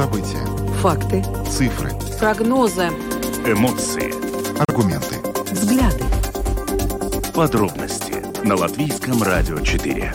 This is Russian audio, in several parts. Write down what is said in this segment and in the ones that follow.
События. Факты. Цифры. Прогнозы. Эмоции. Аргументы. Взгляды. Подробности на Латвийском радио 4.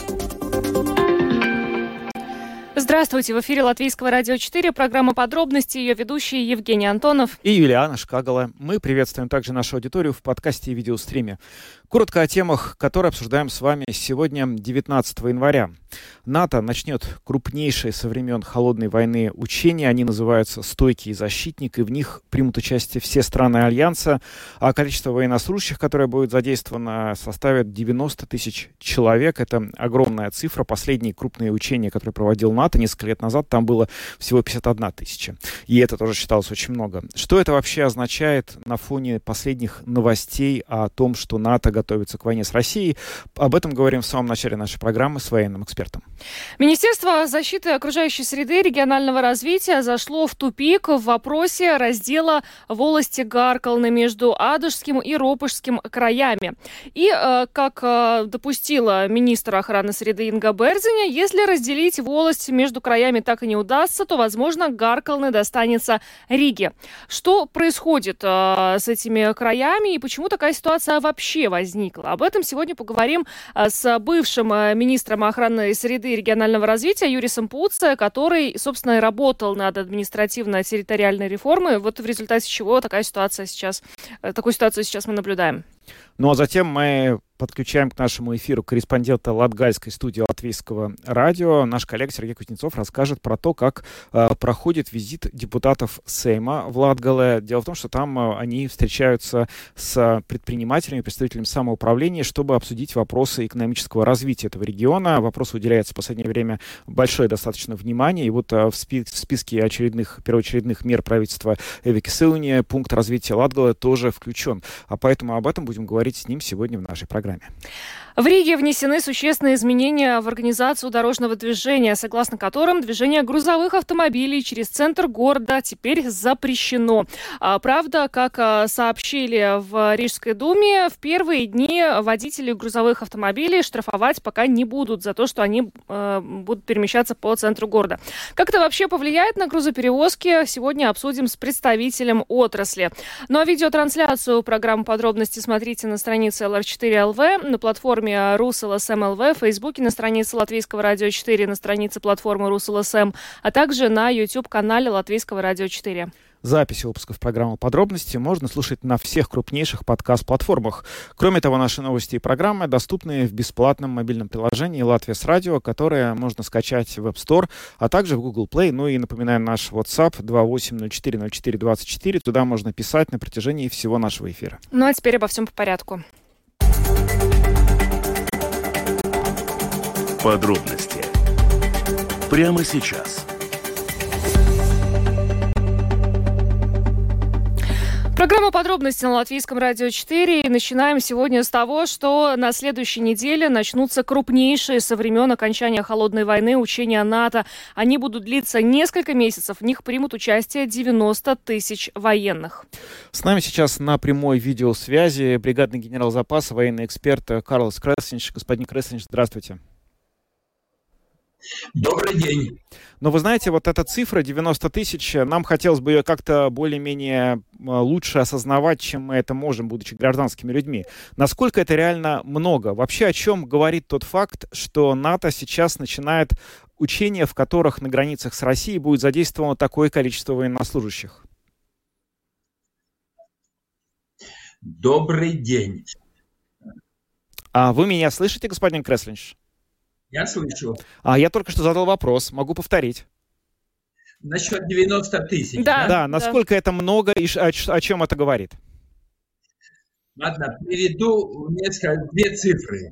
Здравствуйте, в эфире Латвийского радио 4, программа «Подробности», ее ведущие Евгений Антонов и Юлиана Шкагала. Мы приветствуем также нашу аудиторию в подкасте и видеостриме. Коротко о темах, которые обсуждаем с вами сегодня, 19 января. НАТО начнет крупнейшие со времен Холодной войны учения. Они называются «Стойкий защитник», и в них примут участие все страны Альянса. А количество военнослужащих, которое будет задействовано, составит 90 тысяч человек. Это огромная цифра. Последние крупные учения, которые проводил НАТО несколько лет назад, там было всего 51 тысяча. И это тоже считалось очень много. Что это вообще означает на фоне последних новостей о том, что НАТО готовится к войне с Россией? Об этом говорим в самом начале нашей программы с военным экспертом. Министерство защиты окружающей среды и регионального развития зашло в тупик в вопросе раздела волости Гаркалны между Адышским и Ропышским краями. И, как допустила министр охраны среды Инга Берзиня, если разделить волость между краями так и не удастся, то, возможно, Гаркалны достанется Риге. Что происходит с этими краями и почему такая ситуация вообще возникла? Об этом сегодня поговорим с бывшим министром охраны среды и регионального развития Юрисом Пуце, который, собственно, и работал над административно-территориальной реформой, вот в результате чего такую ситуацию сейчас мы наблюдаем. Ну а затем мы подключаем к нашему эфиру корреспондента Латгальской студии Латвийского радио. Наш коллега Сергей Кузнецов расскажет про то, как проходит визит депутатов Сейма в Латгале. Дело в том, что там они встречаются с предпринимателями, представителями самоуправления, чтобы обсудить вопросы экономического развития этого региона. Вопросу уделяется в последнее время большое достаточно внимание. И вот в списке первоочередных мер правительства Эви Кисилуни пункт развития Латгале тоже включен. А поэтому об этом будем говорить с ним сегодня в нашей программе. В Риге внесены существенные изменения в организацию дорожного движения, согласно которым движение грузовых автомобилей через центр города теперь запрещено. Правда, как сообщили в Рижской думе, в первые дни водители грузовых автомобилей штрафовать пока не будут за то, что они будут перемещаться по центру города. Как это вообще повлияет на грузоперевозки, сегодня обсудим с представителем отрасли. Ну а видеотрансляцию программы «Подробности» смотрите на странице LR4LV, на платформе РусЛСМ ЛВ, в Фейсбуке на странице Латвийского радио 4, на странице платформы РусЛСМ, а также на YouTube-канале Латвийского радио 4. Записи выпусков программы «Подробности» можно слушать на всех крупнейших подкаст-платформах. Кроме того, наши новости и программы доступны в бесплатном мобильном приложении «Латвия с радио», которое можно скачать в App Store, а также в Google Play. Ну и напоминаю, наш WhatsApp 28040424. Туда можно писать на протяжении всего нашего эфира. Ну а теперь обо всем по порядку. Подробности прямо сейчас. Программа «Подробности» на Латвийском радио 4. И начинаем сегодня с того, что на следующей неделе начнутся крупнейшие со времен окончания Холодной войны учения НАТО. Они будут длиться несколько месяцев. В них примут участие 90 тысяч военных. С нами сейчас на прямой видеосвязи бригадный генерал запаса, военный эксперт Карлос Креслинш. Господин Креслинш, здравствуйте. Добрый день. Но вы знаете, вот эта цифра 90 тысяч, нам хотелось бы ее как-то более-менее лучше осознавать, чем мы это можем, будучи гражданскими людьми. Насколько это реально много? Вообще, о чем говорит тот факт, что НАТО сейчас начинает учения, в которых на границах с Россией будет задействовано такое количество военнослужащих? Добрый день. А вы меня слышите, господин Креслинш? Я слышу. Я только что задал вопрос, могу повторить. Насчет 90 тысяч. Да, насколько это много и о чем это говорит? Ладно, приведу две цифры.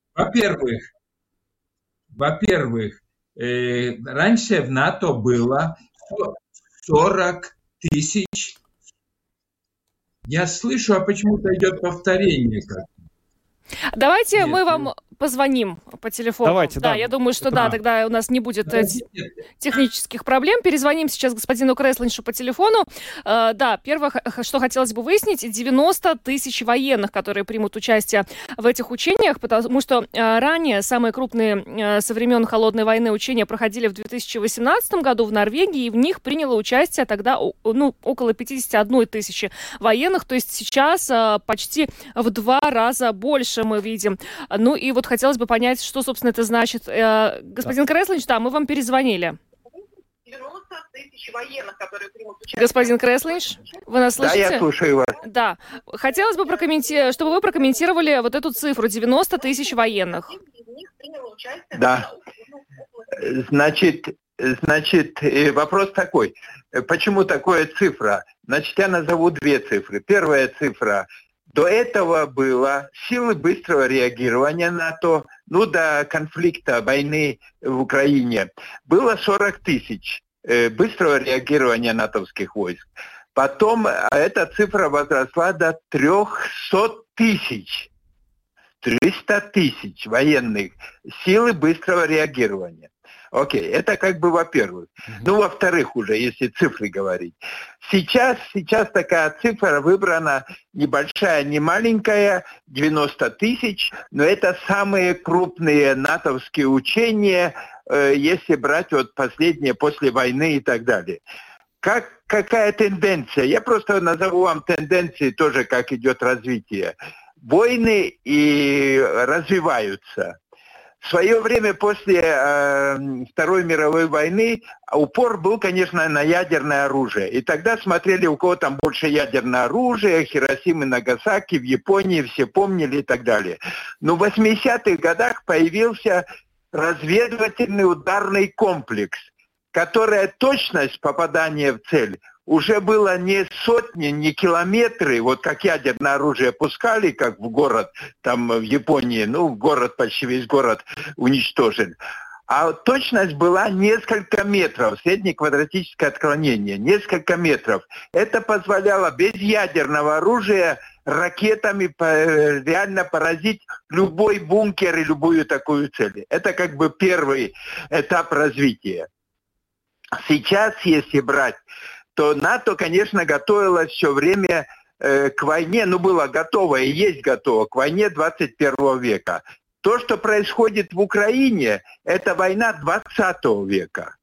Во-первых, раньше в НАТО было 40 тысяч. Я слышу, а почему-то идет повторение как-то. Давайте мы вам позвоним по телефону. Давайте, да. Я думаю, что тогда у нас не будет технических проблем. Перезвоним сейчас господину Креслиншу по телефону. Первое, что хотелось бы выяснить, 90 тысяч военных, которые примут участие в этих учениях, потому что ранее самые крупные со времен Холодной войны учения проходили в 2018 году в Норвегии, и в них приняло участие тогда около 51 тысячи военных, то есть сейчас почти в 2 раза больше мы видим. Ну и вот хотелось бы понять, что, собственно, это значит. Господин Креслинш, мы вам перезвонили. 90 тысяч военных, которые примут участие. Господин Креслинш, вы нас слышите? Да, я слушаю вас. Да. Хотелось бы чтобы вы прокомментировали вот эту цифру, 90 тысяч военных. Да. Значит, вопрос такой. Почему такая цифра? Значит, я назову 2 цифры. Первая цифра. До этого было силы быстрого реагирования НАТО, до конфликта, войны в Украине. Было 40 тысяч быстрого реагирования натовских войск. Потом эта цифра возросла до 300 тысяч. 300 тысяч военных силы быстрого реагирования. Окей, это во-первых. Во-вторых уже, если цифры говорить. Сейчас такая цифра выбрана небольшая, не маленькая, 90 тысяч, но это самые крупные натовские учения, если брать последние после войны и так далее. Какая тенденция? Я просто назову вам тенденции тоже, как идет развитие. Войны и развиваются. В свое время после Второй мировой войны упор был, конечно, на ядерное оружие. И тогда смотрели, у кого там больше ядерного оружия, Хиросима и Нагасаки в Японии, все помнили и так далее. Но в 80-х годах появился разведывательный ударный комплекс, которая точность попадания в цель уже было не сотни, не километры, как ядерное оружие пускали, как в город, там в Японии, город, почти весь город уничтожен. А точность была несколько метров, среднеквадратическое отклонение, несколько метров. Это позволяло без ядерного оружия ракетами реально поразить любой бункер и любую такую цель. Это первый этап развития. Сейчас, если брать, то НАТО, конечно, готовилось все время к войне, было готово и есть готово к войне 21 века. То, что происходит в Украине, это война 20 века.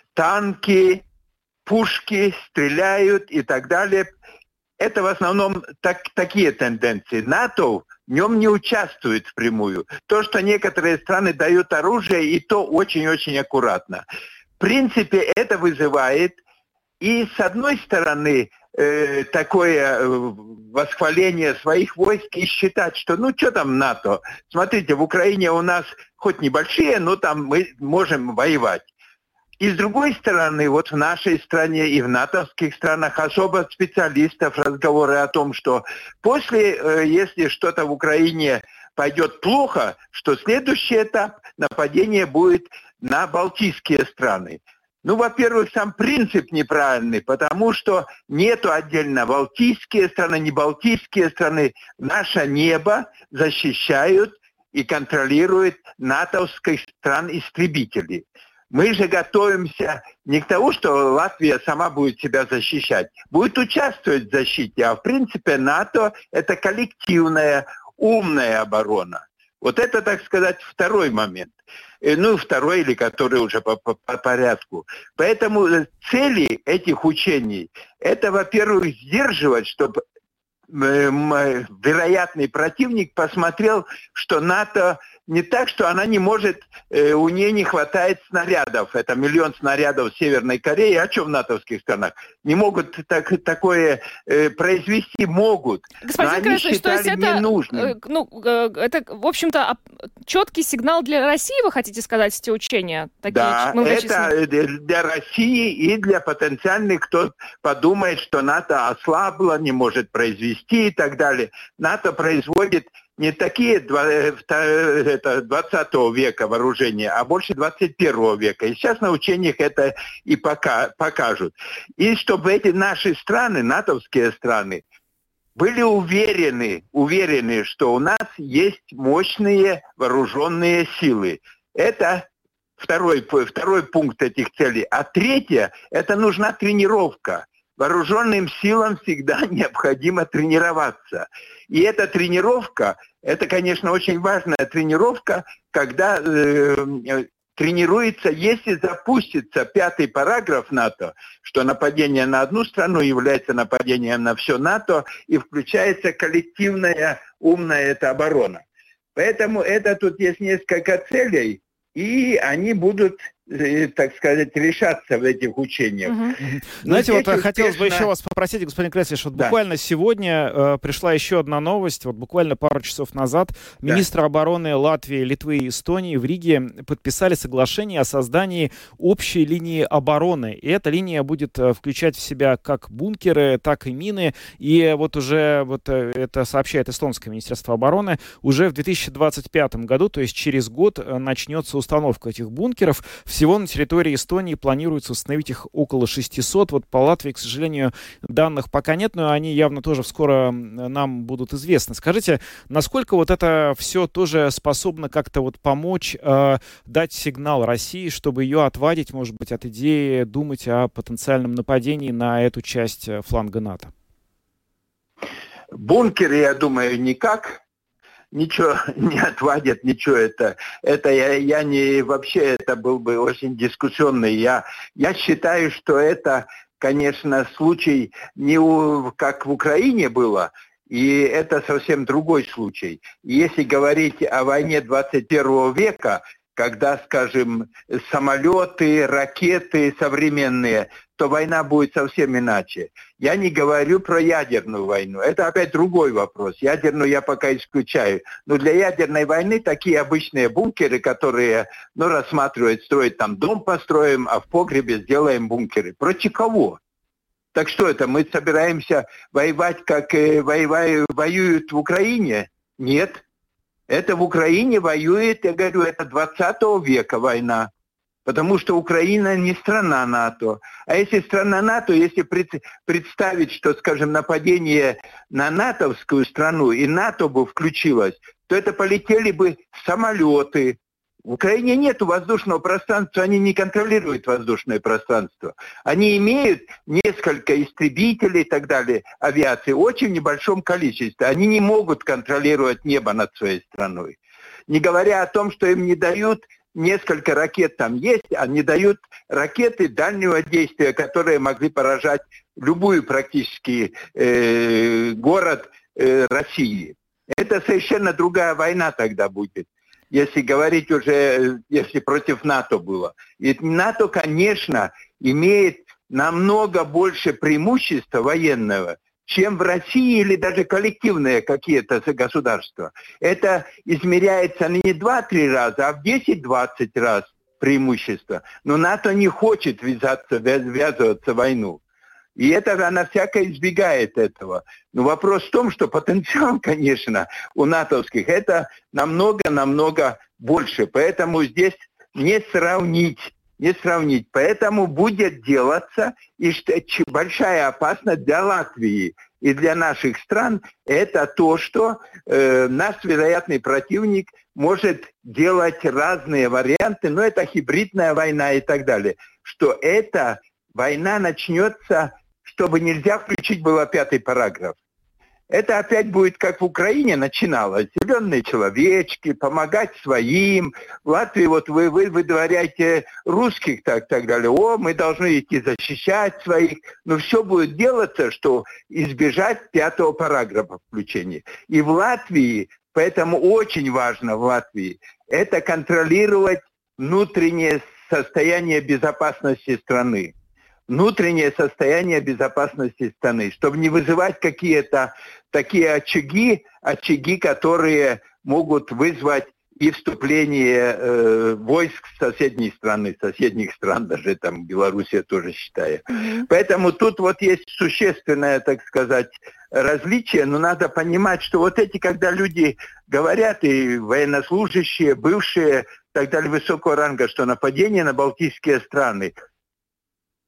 Танки, пушки стреляют и так далее. Это в основном такие тенденции. НАТО в нем не участвует впрямую. То, что некоторые страны дают оружие, и то очень-очень аккуратно. В принципе, это вызывает и с одной стороны такое восхваление своих войск и считать, что что там НАТО? Смотрите, в Украине у нас хоть небольшие, но там мы можем воевать. И с другой стороны, в нашей стране и в натовских странах особо специалистов разговоры о том, что если что-то в Украине пойдет плохо, что следующий этап нападения будет на Балтийские страны. Во-первых, сам принцип неправильный, потому что нету отдельно балтийские страны, не балтийские страны. Наше небо защищают и контролируют натовских стран-истребители. Мы же готовимся не к тому, что Латвия сама будет себя защищать, будет участвовать в защите, а в принципе НАТО – это коллективная, умная оборона. Это, так сказать, второй момент. Второй, или который уже по порядку. Поэтому цели этих учений – это, во-первых, сдерживать, чтобы вероятный противник посмотрел, что НАТО не так, что она не может, у нее не хватает снарядов. Это 1 миллион снарядов в Северной Корее. А что в натовских странах? Не могут такое произвести, могут. Господин но они Креслинш, считали ненужным. Это, в общем-то, четкий сигнал для России, вы хотите сказать, эти учения? Да, это для России и для потенциальных, кто подумает, что НАТО ослабло, не может произвести и так далее. НАТО производит не такие 20 века вооружения, а больше 21 века. И сейчас на учениях это и покажут. И чтобы эти наши страны, натовские страны, были уверены, что у нас есть мощные вооруженные силы. Это второй пункт этих целей. А третье, это нужна тренировка. Вооруженным силам всегда необходимо тренироваться. И эта тренировка, это, конечно, очень важная тренировка, когда тренируется, если запустится 5-й параграф НАТО, что нападение на одну страну является нападением на все НАТО, и включается коллективная умная эта оборона. Поэтому это тут есть несколько целей, и они будут, так сказать, решаться в этих учениях. Знаете, вот хотелось бы еще вас попросить, господин Крестиш, вот буквально сегодня пришла еще одна новость, вот буквально пару часов назад министры обороны Латвии, Литвы и Эстонии в Риге подписали соглашение о создании общей линии обороны. И эта линия будет включать в себя как бункеры, так и мины. И вот уже вот это сообщает эстонское министерство обороны, уже в 2025 году, то есть через год, начнется установка этих бункеров. Всего на территории Эстонии планируется установить их около 600. Вот по Латвии, к сожалению, данных пока нет, но они явно тоже скоро нам будут известны. Скажите, насколько вот это все тоже способно как-то вот помочь дать сигнал России, чтобы ее отвадить, может быть, от идеи думать о потенциальном нападении на эту часть фланга НАТО? Бункеры, я думаю, никак. Ничего не отводят, ничего это я не вообще это был бы очень дискуссионный. Я считаю, что это, конечно, случай не как в Украине было, и это совсем другой случай. Если говорить о войне 21 века, когда, скажем, самолеты, ракеты современные, то война будет совсем иначе. Я не говорю про ядерную войну. Это опять другой вопрос. Ядерную я пока исключаю. Но для ядерной войны такие обычные бункеры, которые рассматривают, строить там дом построим, а в погребе сделаем бункеры. Против кого? Так что это, мы собираемся воевать, как воюют в Украине? Нет. Это в Украине воюет, я говорю, это 20 века война. Потому что Украина не страна НАТО. А если страна НАТО, если представить, что, скажем, нападение на натовскую страну и НАТО бы включилось, то это полетели бы самолеты. В Украине нет воздушного пространства, они не контролируют воздушное пространство. Они имеют несколько истребителей и так далее, авиации, очень в небольшом количестве. Они не могут контролировать небо над своей страной. Не говоря о том, что им не дают, несколько ракет там есть, а не дают ракеты дальнего действия, которые могли поражать любую практически город России. Это совершенно другая война тогда будет. Если говорить уже, если против НАТО было. И НАТО, конечно, имеет намного больше преимущества военного, чем в России или даже коллективные какие-то государства. Это измеряется не 2-3 раза, а в 10-20 раз преимущество. Но НАТО не хочет ввязываться в войну. И это она всяко избегает этого. Но вопрос в том, что потенциал, конечно, у натовских это намного больше. Поэтому здесь не сравнить. Поэтому будет делаться, и большая опасность для Латвии и для наших стран, это то, что наш вероятный противник может делать разные варианты, но это гибридная война и так далее. Что эта война начнется, чтобы нельзя включить было 5-й параграф. Это опять будет, как в Украине начиналось. Зеленые человечки, помогать своим. В Латвии вот вы выдворяете русских, так далее. Мы должны идти защищать своих. Но все будет делаться, что избежать 5-го параграфа включения. И в Латвии, поэтому очень важно в Латвии, это контролировать внутреннее состояние безопасности страны. Внутреннее состояние безопасности страны, чтобы не вызывать какие-то такие очаги, которые могут вызвать и вступление войск соседних стран, даже там Белоруссия тоже считаю. Поэтому тут вот есть существенное, так сказать, различие, но надо понимать, что вот эти, когда люди говорят, и военнослужащие, бывшие, так далее, высокого ранга, что нападение на Балтийские страны,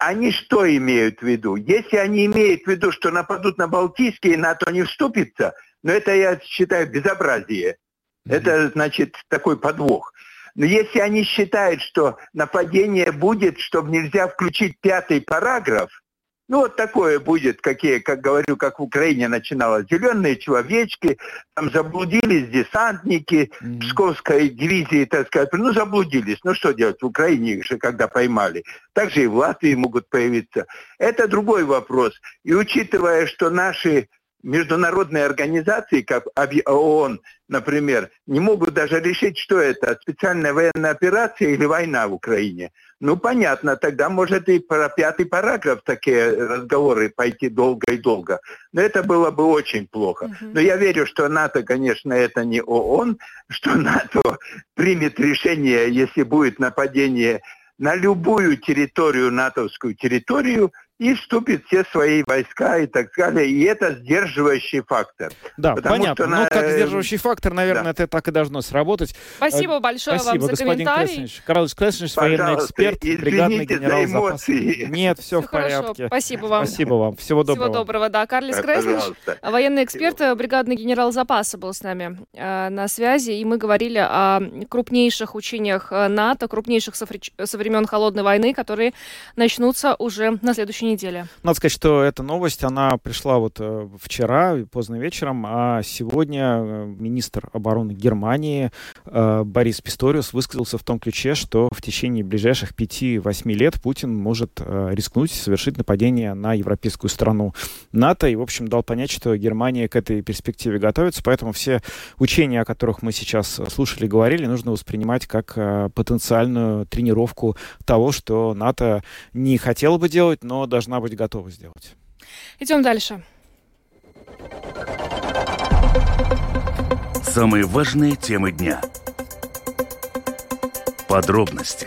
они что имеют в виду? Если они имеют в виду, что нападут на Балтийские, НАТО не вступится, но это, я считаю, безобразие. Это, значит, такой подвох. Но если они считают, что нападение будет, чтобы нельзя включить 5-й параграф, ну, вот такое будет, как говорю, как в Украине начиналось. Зеленые человечки, там заблудились десантники Псковской дивизии, так сказать. Ну, заблудились. Ну, что делать? В Украине их же когда поймали. Также и в Латвии могут появиться. Это другой вопрос. И учитывая, что наши международные организации, как ООН, например, не могут даже решить, что это, специальная военная операция или война в Украине. Ну, понятно, тогда может и про 5-й параграф такие разговоры пойти долго и долго. Но это было бы очень плохо. Но я верю, что НАТО, конечно, это не ООН, что НАТО примет решение, если будет нападение на любую территорию, натовскую территорию, и вступит все свои войска и так далее. И это сдерживающий фактор. Да, понятно. Но как сдерживающий фактор, наверное, это так и должно сработать. Спасибо большое вам за комментарий. Карл Клеснич, военный эксперт, бригадный генерал запаса. Нет, все в порядке. Спасибо вам. Спасибо вам. Всего доброго. Всего доброго, да. Карлис Клеснич, военный эксперт, бригадный генерал запаса был с нами на связи. И мы говорили о крупнейших учениях НАТО, крупнейших со времен Холодной войны, которые начнутся уже на следующей неделе. Надо сказать, что эта новость, она пришла вот вчера, поздно вечером, а сегодня министр обороны Германии Борис Писториус высказался в том ключе, что в течение ближайших 5-8 лет Путин может рискнуть совершить нападение на европейскую страну НАТО и, в общем, дал понять, что Германия к этой перспективе готовится, поэтому все учения, о которых мы сейчас слушали и говорили, нужно воспринимать как потенциальную тренировку того, что НАТО не хотело бы делать, но должна быть готова сделать. Идем дальше. Самые важные темы дня. Подробности.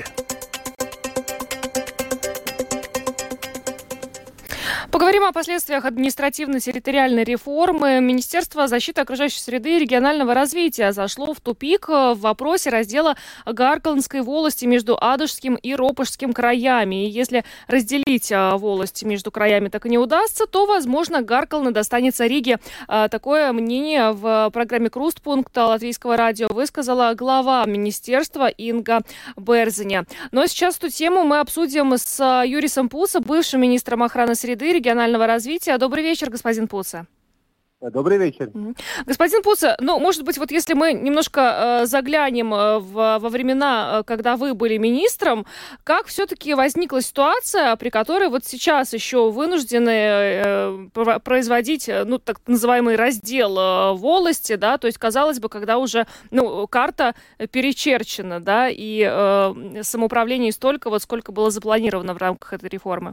Поговорим о последствиях административно-территориальной реформы. Министерство защиты окружающей среды и регионального развития зашло в тупик в вопросе раздела Гаркалнской волости между Адышским и Ропожским краями. И если разделить волость между краями так и не удастся, то, возможно, Гаркална достанется Риге. Такое мнение в программе «Крустпункт» Латвийского радио высказала глава министерства Инга Берзиня. Но сейчас эту тему мы обсудим с Юрисом Пуца, бывшим министром охраны среды и регионального развития. Добрый вечер, господин Пуца. Добрый вечер. Господин Пуца, ну, может быть, вот если мы немножко заглянем во времена, когда вы были министром, как все-таки возникла ситуация, при которой вот сейчас еще вынуждены производить, ну, так называемый раздел волости, да, то есть, казалось бы, когда уже, ну, карта перечерчена, да, и самоуправление столько, вот сколько было запланировано в рамках этой реформы?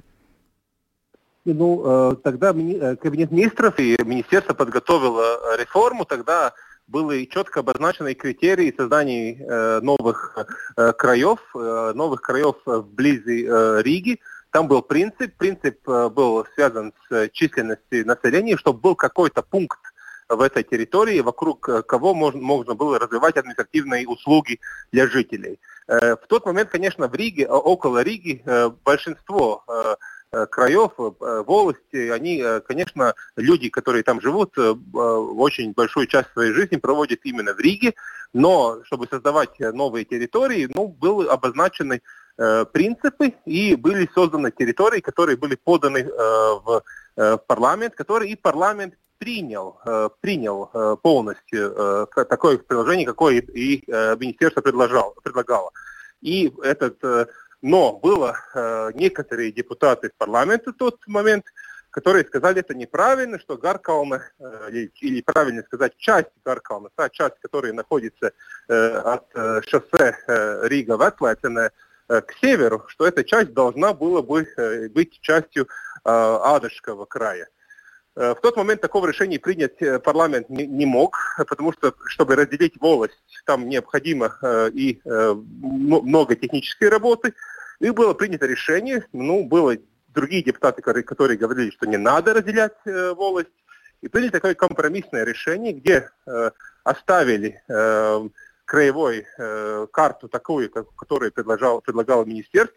Ну, тогда Кабинет министров и министерство подготовило реформу, тогда были четко обозначены критерии создания новых краев вблизи Риги. Там был принцип был связан с численностью населения, чтобы был какой-то пункт в этой территории, вокруг кого можно было развивать административные услуги для жителей. В тот момент, конечно, в Риге, около Риги, большинство краев, волости, они, конечно, люди, которые там живут, очень большую часть своей жизни проводят именно в Риге, но чтобы создавать новые территории, ну, были обозначены принципы и были созданы территории, которые были поданы в парламент, который и парламент принял полностью такое приложение, какое и министерство предлагало. И но было некоторые депутаты в парламенте в тот момент, которые сказали, это неправильно, что Гаркална, или правильно сказать, часть Гаркална, та часть, которая находится от шоссе Рига-Ветлētene к северу, что эта часть должна была бы быть частью Адышского края. В тот момент такого решения принять парламент не мог, потому что, чтобы разделить волость, там необходимо и много технической работы. И было принято решение, было другие депутаты, которые говорили, что не надо разделять волость. И приняли такое компромиссное решение, где оставили краевой карту такую, которую предлагало министерство,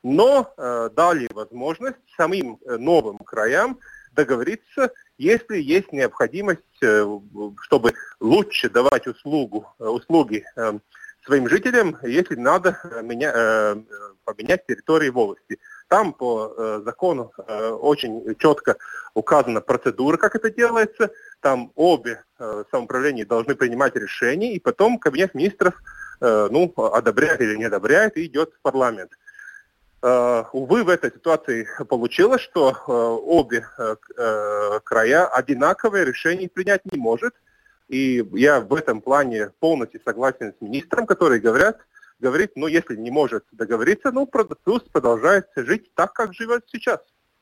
но дали возможность самим новым краям договориться, если есть необходимость, чтобы лучше давать услуги своим жителям, если надо поменять территории волости. Там по закону очень четко указана процедура, как это делается. Там обе самоуправления должны принимать решения, и потом кабинет министров одобряет или не одобряет, и идет в парламент. Увы, в этой ситуации получилось, что обе края одинаковые решения принять не может. И я в этом плане полностью согласен с министром, который говорит, если не может договориться, пусть продолжает жить так, как живет сейчас.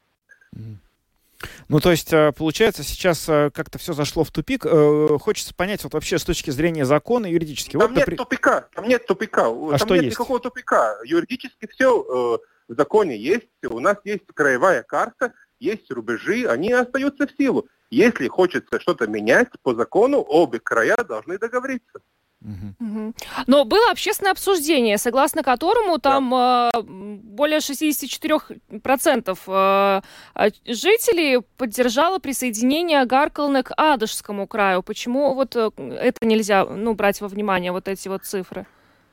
То есть, получается, сейчас как-то все зашло в тупик. Хочется понять, вообще с точки зрения закона юридически. Там нет тупика. Там нет никакого тупика. Юридически все в законе есть. У нас есть краевая карта, есть рубежи, они остаются в силу. Если хочется что-то менять, по закону обе края должны договориться. Но было общественное обсуждение, согласно которому там более 64% жителей поддержало присоединение Гаркалны к Адышскому краю. Почему это нельзя брать во внимание, эти цифры?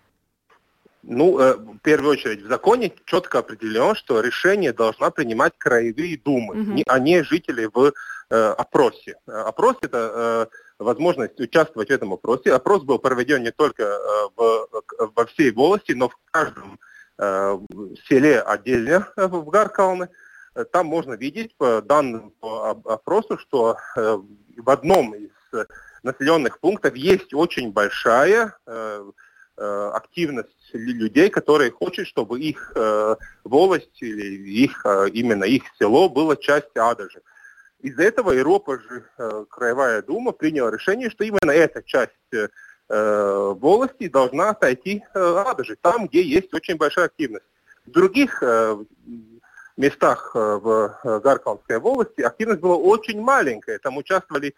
В первую очередь, в законе четко определено, что решение должна принимать краевые думы, а не жители в опросе. Опрос – это возможность участвовать в этом опросе. Опрос был проведен не только во всей волости, но в каждом селе отдельно в Гаркалне. Там можно видеть по данным по опросу, что в одном из населенных пунктов есть очень большая активность людей, которые хотят, чтобы их волость или именно их село было частью Адажи. Из-за этого Европа краевая дума приняла решение, что именно эта часть волости должна отойти Адажи, там, где есть очень большая активность. В других местах в Гаркалнской волости активность была очень маленькая, там участвовали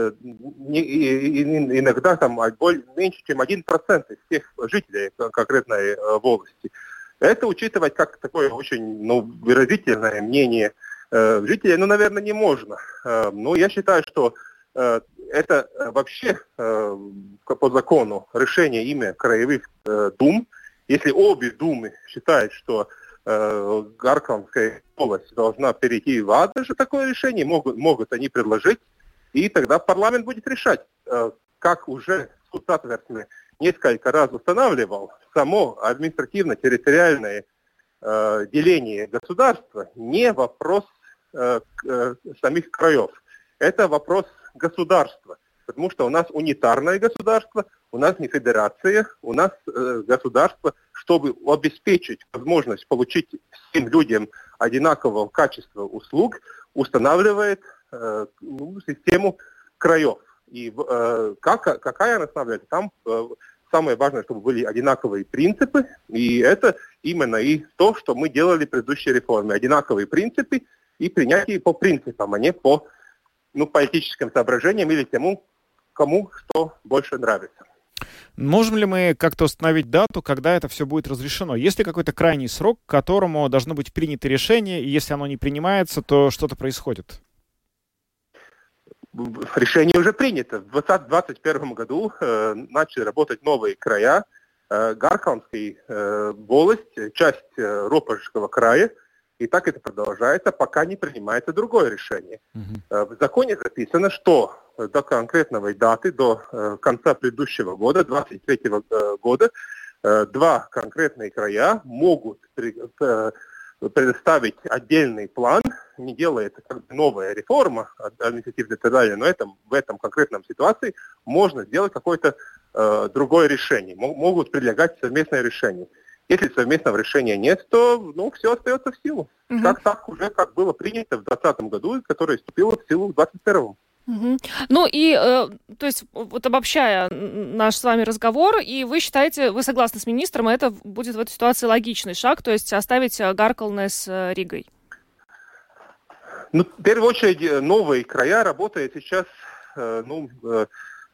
иногда меньше, чем 1% из всех жителей конкретной волости. Это учитывать как такое очень выразительное мнение жителей, наверное, не можно. Но я считаю, что это вообще по закону решение именно краевых дум. Если обе думы считают, что Гаркалнская область должна перейти в Адажу, такое решение могут они предложить, и тогда парламент будет решать, как уже суд Сатверсме несколько раз устанавливал, само административно-территориальное деление государства не вопрос самих краев. Это вопрос государства, потому что у нас унитарное государство, у нас не федерация, у нас государство, чтобы обеспечить возможность получить всем людям одинакового качества услуг, устанавливает систему краев. И какая она устанавливается? Там самое важное, чтобы были одинаковые принципы, и это именно и то, что мы делали в предыдущей реформе. Одинаковые принципы и принятие по принципам, а не по политическим соображениям или тому, кому что больше нравится. Можем ли мы как-то установить дату, когда это все будет разрешено? Есть ли какой-то крайний срок, к которому должно быть принято решение, и если оно не принимается, то что-то происходит? Решение уже принято. В 2021 году начали работать новые края. Гаркалнская волость, часть Ропожского края. И так это продолжается, пока не принимается другое решение. В законе записано, что до конкретной даты, до конца предыдущего года, 2023 года, два конкретные края могут предоставить отдельный план, не делается как новая реформа административно-территориальная, но в этом конкретном ситуации можно сделать какое-то другое решение. Могут предлагать совместное решение. Если совместного решения нет, то все остается в силу. Как было принято в 2020 году, которое вступило в силу в 2021. То есть, обобщая наш с вами разговор, и вы считаете, вы согласны с министром, это будет в этой ситуации логичный шаг, то есть оставить Гаркалне с Ригой? В первую очередь, новые края работают сейчас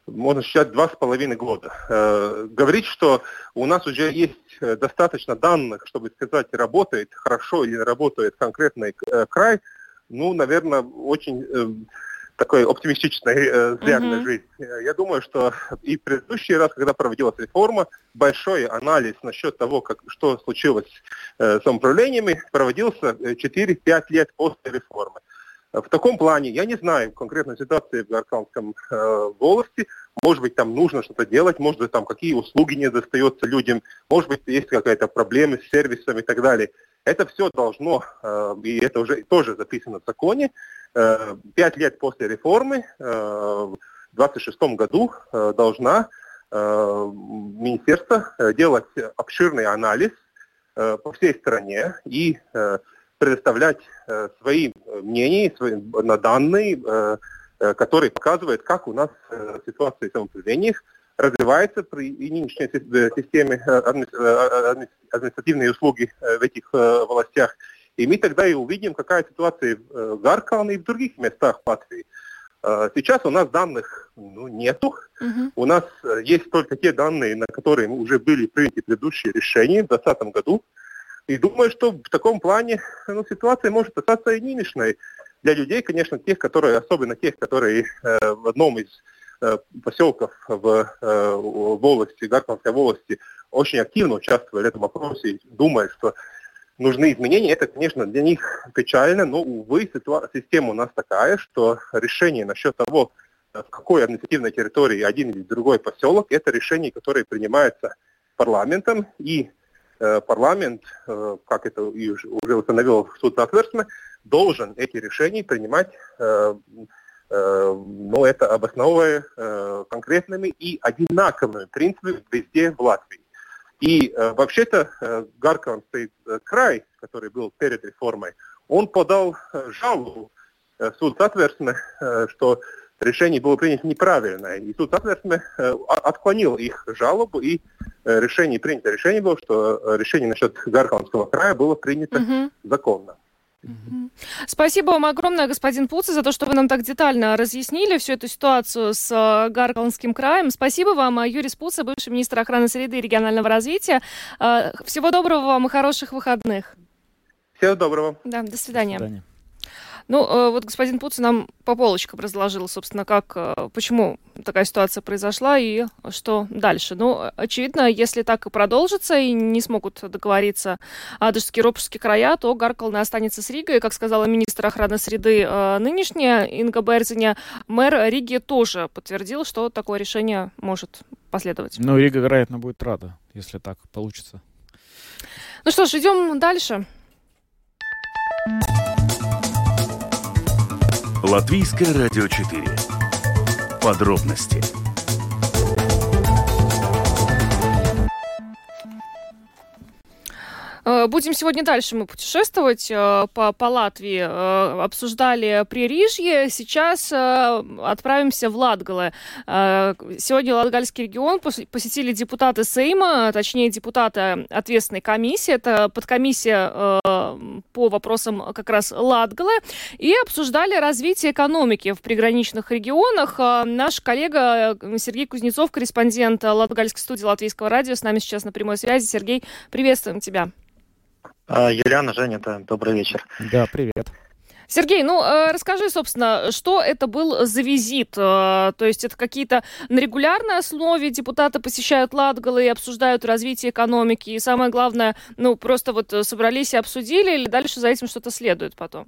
можно считать, 2,5 года. Говорить, что у нас уже есть достаточно данных, чтобы сказать, работает хорошо или работает конкретный край, наверное, очень такой оптимистичный взгляд на жизнь. Я думаю, что и в предыдущий раз, когда проводилась реформа, большой анализ насчет того, что случилось с самоуправлениями, проводился 4-5 лет после реформы. В таком плане, я не знаю конкретной ситуации в Гаркалнском волости, может быть, там нужно что-то делать, может быть, там какие услуги не достаются людям, может быть, есть какая-то проблема с сервисом и так далее. Это все должно, и это уже тоже записано в законе, 5 лет после реформы, в 2026 году должна министерство делать обширный анализ по всей стране и предоставлять свои мнения, на данные, которые показывают, как у нас ситуация в самоуправлениях развивается при нынешней системе административные услуги в этих властях. И мы тогда и увидим, какая ситуация в Гаркалне и в других местах Латвии. Сейчас у нас данных нету. У нас есть только те данные, на которые уже были приняты предыдущие решения в 2020 году. И думаю, что в таком плане ситуация может остаться и нынешней. Для людей, конечно, особенно тех, которые в одном из поселков в волости, Гаркалнской волости, очень активно участвовали в этом вопросе и думают, что нужны изменения. Это, конечно, для них печально, но, увы, система у нас такая, что решение насчет того, в какой административной территории один или другой поселок, это решение, которое принимается парламентом, и парламент, как это уже установил суд Сатверсме, должен эти решения принимать, это обосновывая конкретными и одинаковыми принципами везде в Латвии. И вообще-то Гаркалнский край, который был перед реформой, он подал жалобу в суд Сатверсме, что решение было принято неправильно. И суд Сатверсме отклонил их жалобу, и принято решение было, что решение насчет Гаркалнского края было принято законно. Спасибо вам огромное, господин Пуца, за то, что вы нам так детально разъяснили всю эту ситуацию с Гаркалнским краем. Спасибо вам, Юрис Пуца, бывший министр охраны среды и регионального развития. Всего доброго вам и хороших выходных. Всего доброго. Да, до свидания. До свидания. Вот господин Пуца нам по полочкам разложил, собственно, почему такая ситуация произошла и что дальше. Очевидно, если так и продолжится и не смогут договориться Адышские и Ропшские края, то Гаркалне останется с Ригой. Как сказала министр охраны среды нынешняя Инга Берзиня, мэр Риги тоже подтвердил, что такое решение может последовать. Рига, вероятно, будет рада, если так получится. Что ж, идем дальше. Латвийское радио 4. Подробности. Будем сегодня дальше мы путешествовать по Латвии. Обсуждали Пририжье. Сейчас отправимся в Латгале. Сегодня Латгальский регион посетили депутаты Сейма, точнее депутаты ответственной комиссии. Это подкомиссия по вопросам как раз Латгале. И обсуждали развитие экономики в приграничных регионах. Наш коллега Сергей Кузнецов, корреспондент Латгальской студии Латвийского радио, с нами сейчас на прямой связи. Сергей, приветствуем тебя. Юлиана, Женя, добрый вечер. Да, привет. Сергей, расскажи, собственно, что это был за визит? То есть это какие-то на регулярной основе депутаты посещают Латгалу и обсуждают развитие экономики? И самое главное, просто собрались и обсудили, или дальше за этим что-то следует потом?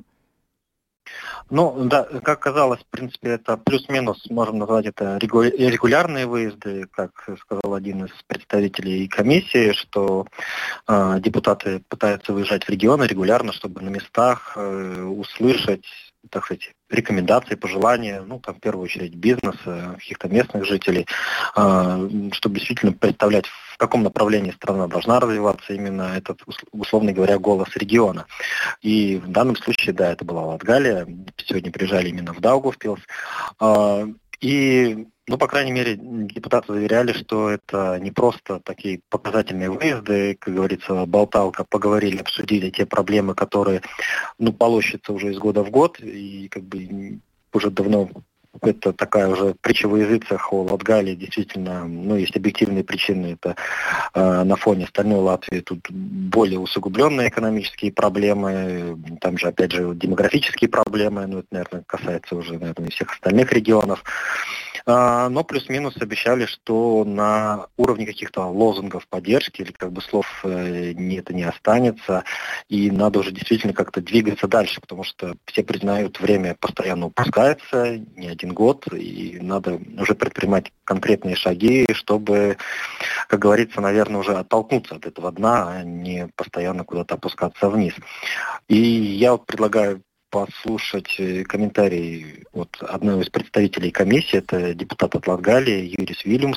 Да, как казалось, в принципе, это плюс-минус, можем назвать это регулярные выезды, как сказал один из представителей комиссии, что депутаты пытаются выезжать в регионы регулярно, чтобы на местах услышать, так сказать, рекомендации, пожелания, в первую очередь бизнеса, каких-то местных жителей, чтобы действительно представлять, в каком направлении страна должна развиваться, именно этот, условно говоря, голос региона. И в данном случае, да, это была Латгалия, сегодня приезжали именно в Даугавпилс, и, по крайней мере, депутаты заверяли, что это не просто такие показательные выезды, как говорится, болталка, поговорили, обсудили те проблемы, которые, полощутся уже из года в год, и уже давно это такая уже притча во языцах о Латгалии. Действительно, есть объективные причины. Это на фоне остальной Латвии тут более усугубленные экономические проблемы, там же, опять же, демографические проблемы, это, наверное, касается уже, наверное, и всех остальных регионов. Но плюс-минус обещали, что на уровне каких-то лозунгов поддержки или слов это не останется, и надо уже действительно как-то двигаться дальше, потому что все признают, время постоянно упускается, не один год, и надо уже предпринимать конкретные шаги, чтобы, как говорится, наверное, уже оттолкнуться от этого дна, а не постоянно куда-то опускаться вниз. И я предлагаю послушать комментарий одного из представителей комиссии, это депутат от Латгалии Юрис Вильямс,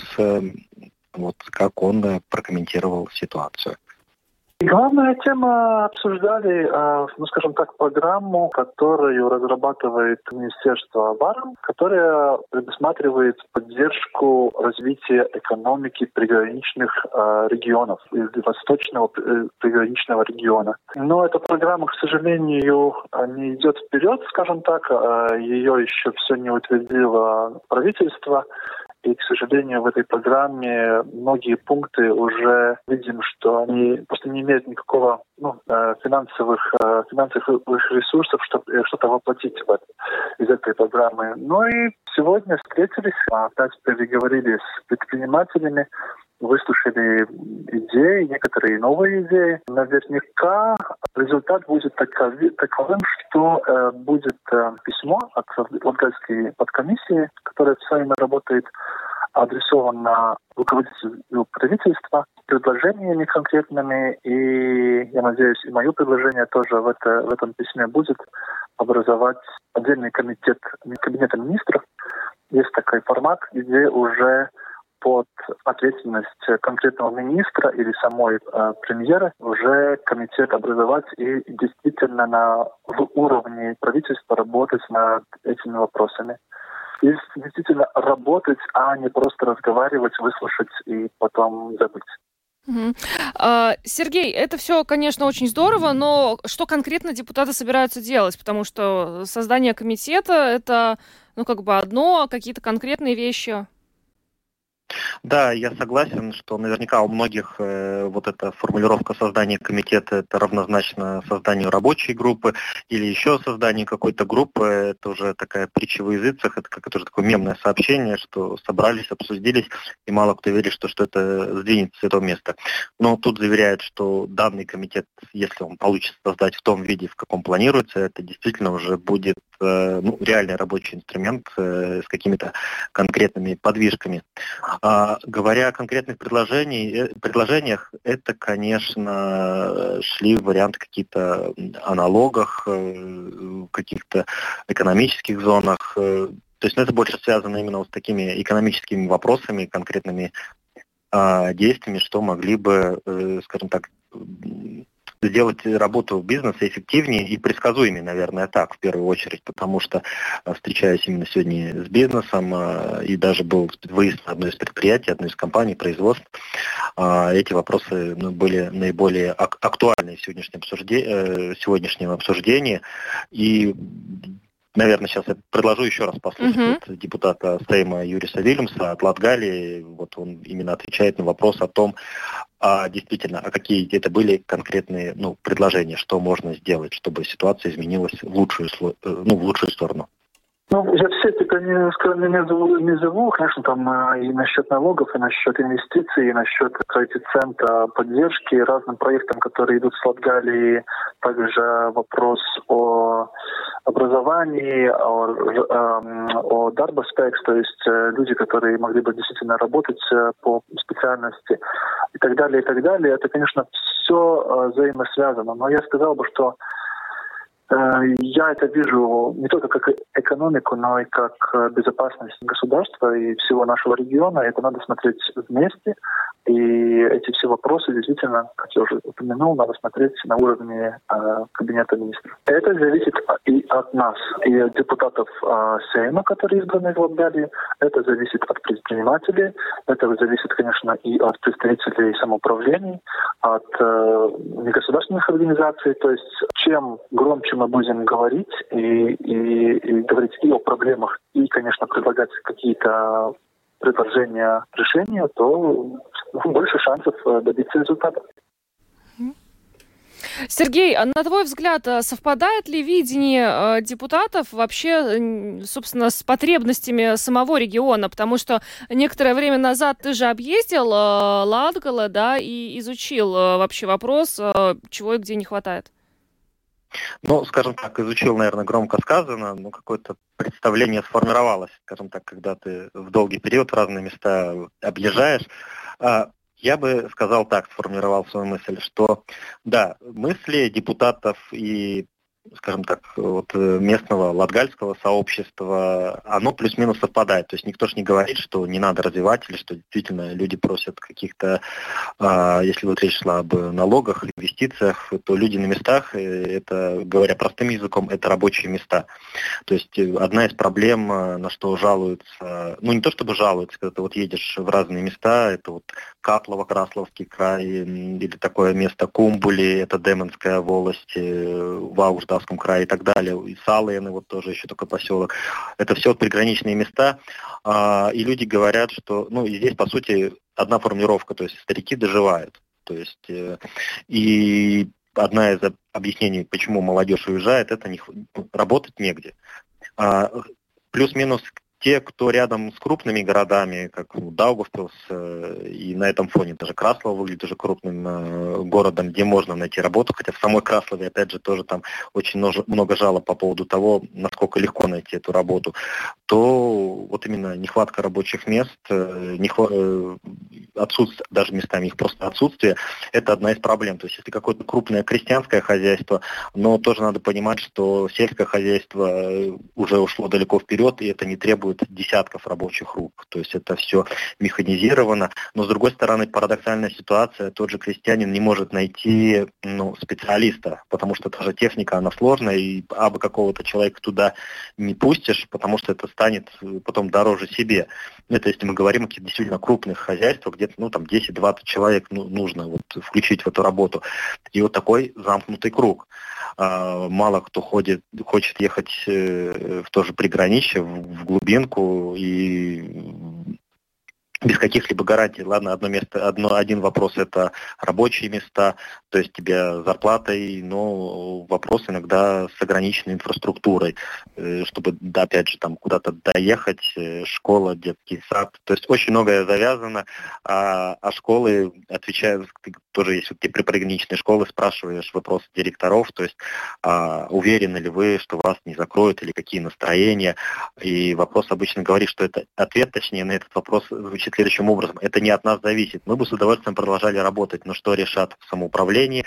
как он прокомментировал ситуацию. Главная тема обсуждали, программу, которую разрабатывает Министерство ВАРМ, которая предусматривает поддержку развития экономики приграничных регионов, восточного приграничного региона. Но эта программа, к сожалению, не идет вперед, ее еще все не утвердило правительство. И, к сожалению, в этой программе многие пункты уже видим, что они просто не имеют никакого финансовых ресурсов, чтобы что-то воплотить из этой программы. И сегодня встретились, опять переговорили с предпринимателями, выслушали идеи, некоторые новые идеи. Наверняка результат будет таковым, что будет письмо от Латгальской подкомиссии, которая все время работает, адресовано руководителю правительства с предложениями конкретными. И я надеюсь, и мое предложение тоже в этом письме будет образовать отдельный комитет Кабинета министров. Есть такой формат, где уже под ответственность конкретного министра или самой премьеры уже комитет образовать и действительно на уровне правительства работать над этими вопросами. И действительно работать, а не просто разговаривать, выслушать и потом забыть. Сергей, это все, конечно, очень здорово, но что конкретно депутаты собираются делать? Потому что создание комитета — это, одно, а какие-то конкретные вещи. Да, я согласен, что наверняка у многих эта формулировка создания комитета это равнозначно созданию рабочей группы или еще созданию какой-то группы. Это уже такая притча во языцах, это уже такое мемное сообщение, что собрались, обсудились, и мало кто верит, что это сдвинется с этого места. Но тут заверяют, что данный комитет, если он получится создать в том виде, в каком планируется, это действительно уже будет реальный рабочий инструмент с какими-то конкретными подвижками. Говоря о конкретных предложениях, это, конечно, шли варианты какие-то о налогах, каких-то экономических зонах. То есть это больше связано именно с такими экономическими вопросами, конкретными действиями, что могли бы, сделать работу бизнеса эффективнее и предсказуемее, наверное, так, в первую очередь, потому что, встречаясь именно сегодня с бизнесом, и даже был выезд на одно из предприятий, одной из компаний, производств, эти вопросы были наиболее актуальны в сегодняшнем обсуждении. И, наверное, сейчас я предложу еще раз послушать депутата Сейма Юриса Вильямса от Латгалии. Он именно отвечает на вопрос о том, действительно, какие это были конкретные предложения, что можно сделать, чтобы ситуация изменилась в лучшую сторону. Я все не назову, конечно, там и насчет налогов, и насчет инвестиций, и насчет коэффициента поддержки разным проектам, которые идут с Латгалии, также вопрос о образовании, о дарбоспекс, то есть люди, которые могли бы действительно работать по специальности и так далее, и так далее. Это, конечно, все взаимосвязано, но я сказал бы, что я это вижу не только как экономику, но и как безопасность государства и всего нашего региона. Это надо смотреть вместе. И эти все вопросы действительно, как я уже упомянул, надо смотреть на уровне Кабинета министров. Это зависит и от нас, и от депутатов Сейма, которые избраны в Латгалии. Это зависит от предпринимателей. Это зависит, конечно, и от представителей самоуправлений, от государственных организаций. То есть чем громче мы будем говорить и говорить и о проблемах, и, конечно, предлагать какие-то предложения решения, то больше шансов добиться результата. Сергей, на твой взгляд, совпадает ли видение депутатов вообще, собственно, с потребностями самого региона? Потому что некоторое время назад ты же объездил Латгалу, да, и изучил вообще вопрос, чего и где не хватает. Ну, скажем так, изучил, наверное, громко сказано, но какое-то представление сформировалось, скажем так, когда ты в долгий период в разные места объезжаешь. Я бы сказал так, сформировал свою мысль, что да, мысли депутатов и, скажем так, вот местного латгальского сообщества, оно плюс-минус совпадает. То есть никто же не говорит, что не надо развивать, или что действительно люди просят каких-то, если вот речь шла об налогах, инвестициях, то люди на местах, это, говоря простым языком, это рабочие места. То есть одна из проблем, на что жалуются, ну не то чтобы жалуются, когда ты вот едешь в разные места, это вот Катлово, Красловский край, или такое место Кумбули, это Демонская волость, в Аугждавском крае и так далее, и Салыны, вот тоже еще такой поселок. Это все приграничные места, и люди говорят, что, ну и здесь по сути одна формулировка, то есть старики доживают. То есть и одна из объяснений, почему молодежь уезжает, это работать негде. Плюс-минус те, кто рядом с крупными городами, как Даугавпилс, и на этом фоне даже Краслово выглядит уже крупным городом, где можно найти работу, хотя в самой Краслове, опять же, тоже там очень много жалоб по поводу того, насколько легко найти эту работу, то вот именно нехватка рабочих мест, отсутствие, даже местами их просто отсутствие, это одна из проблем. То есть если какое-то крупное крестьянское хозяйство, но тоже надо понимать, что сельское хозяйство уже ушло далеко вперед, и это не требует десятков рабочих рук. То есть это все механизировано. Но с другой стороны, парадоксальная ситуация, тот же крестьянин не может найти специалиста, потому что та же техника, она сложная, и абы какого-то человека туда не пустишь, потому что это станет потом дороже себе. Это если мы говорим о каких-то действительно крупных хозяйствах, где-то 10-20 человек нужно включить в эту работу. И вот такой замкнутый круг. Мало кто хочет ехать в то же приграничье, в глубинку и без каких-либо гарантий. Ладно, один вопрос — это рабочие места, то есть тебе зарплатой, но вопрос иногда с ограниченной инфраструктурой, чтобы, опять же, там куда-то доехать, школа, детский сад. То есть очень многое завязано, а школы отвечают, тоже если ты при приграничной школе спрашиваешь вопрос директоров, то есть уверены ли вы, что вас не закроют, или какие настроения, и вопрос обычно говорит, что это ответ, точнее, на этот вопрос звучит следующим образом: это не от нас зависит. Мы бы с удовольствием продолжали работать, но что решат в самоуправлении,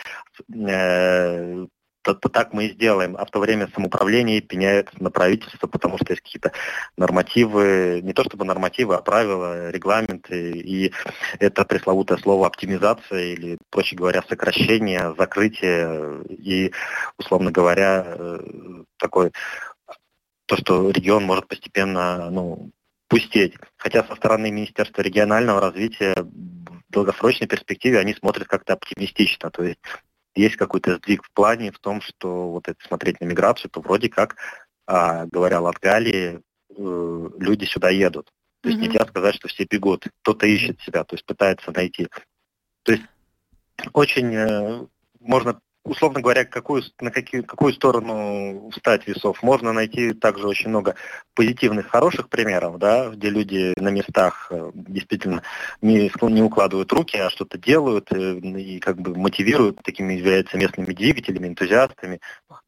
так мы и сделаем. А в то время самоуправление пеняет на правительство, потому что есть какие-то нормативы, не то чтобы нормативы, а правила, регламенты, и это пресловутое слово оптимизация, или, проще говоря, сокращение, закрытие, и, условно говоря, такое, то, что регион может постепенно, пустеть. Хотя со стороны Министерства регионального развития в долгосрочной перспективе они смотрят как-то оптимистично. То есть какой-то сдвиг в плане в том, что вот это смотреть на миграцию, то вроде как, говоря Латгалии, люди сюда едут. То есть нельзя сказать, что все бегут. Кто-то ищет себя, то есть пытается найти. То есть очень можно, условно говоря, на какую сторону встать весов. Можно найти также очень много позитивных, хороших примеров, да, где люди на местах действительно не укладывают руки, а что-то делают и как бы мотивируют, такими являются местными двигателями, энтузиастами,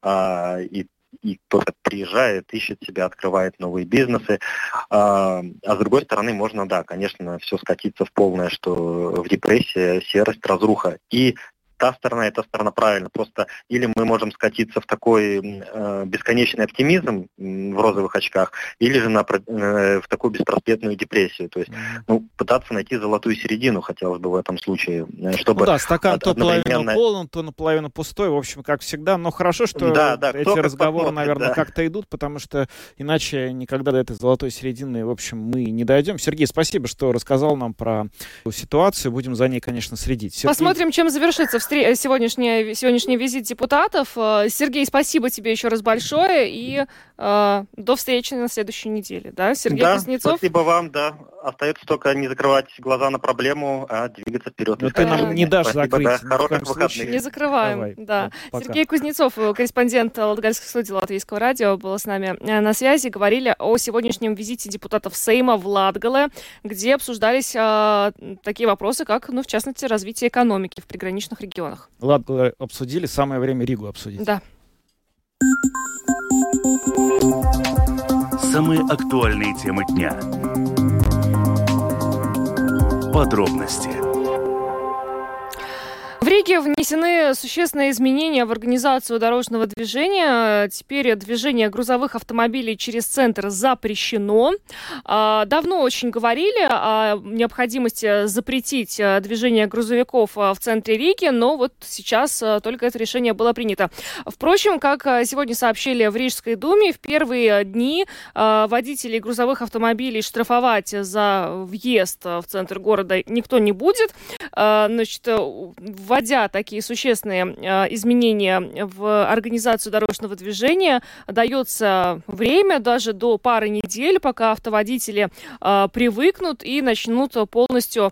и кто-то приезжает, ищет себя, открывает новые бизнесы. А с другой стороны, можно, да, конечно, все скатиться в полное, что в депрессия, серость, разруха. И та сторона, эта сторона правильно. Просто или мы можем скатиться в такой бесконечный оптимизм в розовых очках, или же в такую беспросветную депрессию. То есть пытаться найти золотую середину хотелось бы в этом случае. Чтобы стакан то наполовину полон, то наполовину пустой. В общем, как всегда. Но хорошо, что эти разговоры, наверное, как-то идут, потому что иначе никогда до этой золотой середины, в общем, мы не дойдем. Сергей, спасибо, что рассказал нам про ситуацию. Будем за ней, конечно, следить. Посмотрим, чем завершится встреча сегодняшний визит депутатов. Сергей, спасибо тебе еще раз большое, и до встречи на следующей неделе. Да, Сергей Кузнецов? Спасибо вам, да. Остается только не закрывать глаза на проблему, а двигаться вперед. Но ты нам не дашь закрыть. Да. Хороших выходных. Не закрываем. Давай. Да. Пока. Сергей Кузнецов, корреспондент Латгальской студии Латвийского радио, был с нами на связи. Говорили о сегодняшнем визите депутатов Сейма в Латгале, где обсуждались такие вопросы, как, в частности, развитие экономики в приграничных регионах. Латгале обсудили, самое время Ригу обсудить. Да. Самые актуальные темы дня. Подробности. В Риге внесены существенные изменения в организацию дорожного движения. Теперь движение грузовых автомобилей через центр запрещено. Давно очень говорили о необходимости запретить движение грузовиков в центре Риги, но вот сейчас только это решение было принято. Впрочем, как сегодня сообщили в Рижской думе, в первые дни водителей грузовых автомобилей штрафовать за въезд в центр города никто не будет. Значит, вводя такие существенные изменения в организацию дорожного движения, дается время даже до пары недель, пока автоводители привыкнут и начнут полностью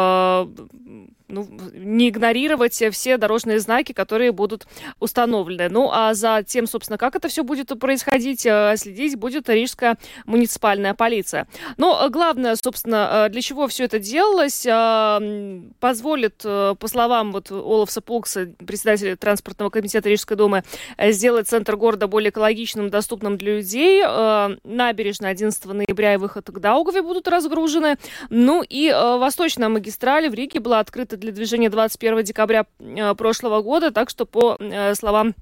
не игнорировать все дорожные знаки, которые будут установлены. Ну, а за тем, собственно, как это все будет происходить, следить будет Рижская муниципальная полиция. Но главное, собственно, для чего все это делалось, позволит, по словам Олафса Пулкса, председателя транспортного комитета Рижской думы, сделать центр города более экологичным, доступным для людей. Набережная 11 ноября и выход к Даугаве будут разгружены. Ну и восточная магистраль в Риге была открыта для движения 21 декабря прошлого года, так что, по словам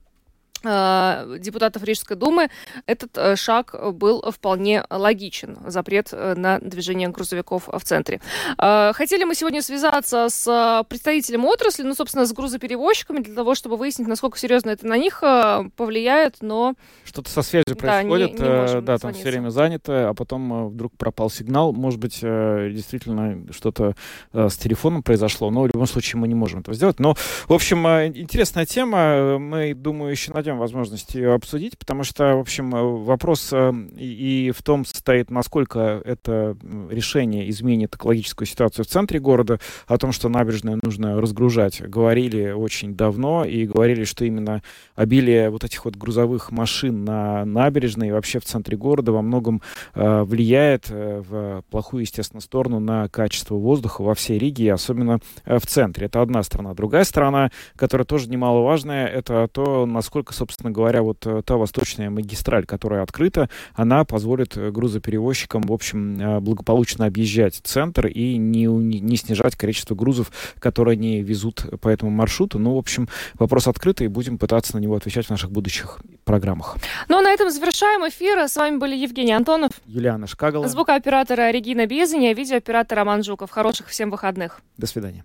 депутатов Рижской думы, этот шаг был вполне логичен. Запрет на движение грузовиков в центре. Хотели мы сегодня связаться с представителем отрасли, собственно, с грузоперевозчиками, для того, чтобы выяснить, насколько серьезно это на них повлияет, но... Что-то со связью происходит, там все время занято, а потом вдруг пропал сигнал. Может быть, действительно что-то с телефоном произошло, но в любом случае мы не можем этого сделать. Но, в общем, интересная тема. Мы, думаю, еще найдем возможность ее обсудить, потому что, в общем, вопрос и в том состоит, насколько это решение изменит экологическую ситуацию в центре города, о том, что набережную нужно разгружать, говорили очень давно и говорили, что именно обилие вот этих вот грузовых машин на набережной и вообще в центре города во многом влияет в плохую, естественно, сторону на качество воздуха во всей Риге, и особенно в центре. Это одна сторона. Другая сторона, которая тоже немаловажная, это то, насколько, собственно говоря, вот та восточная магистраль, которая открыта, она позволит грузоперевозчикам, в общем, благополучно объезжать центр и не снижать количество грузов, которые они везут по этому маршруту. Ну, в общем, вопрос открытый, и будем пытаться на него отвечать в наших будущих программах. Ну, а на этом завершаем эфир. С вами были Евгений Антонов, Юлиана Шкагала, звукооператора Регина Безеня, видеооператор Роман Жуков. Хороших всем выходных. До свидания.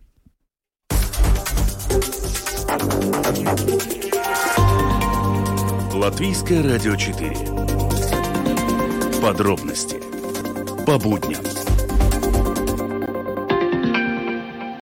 Латвийское радио 4. Подробности по будням.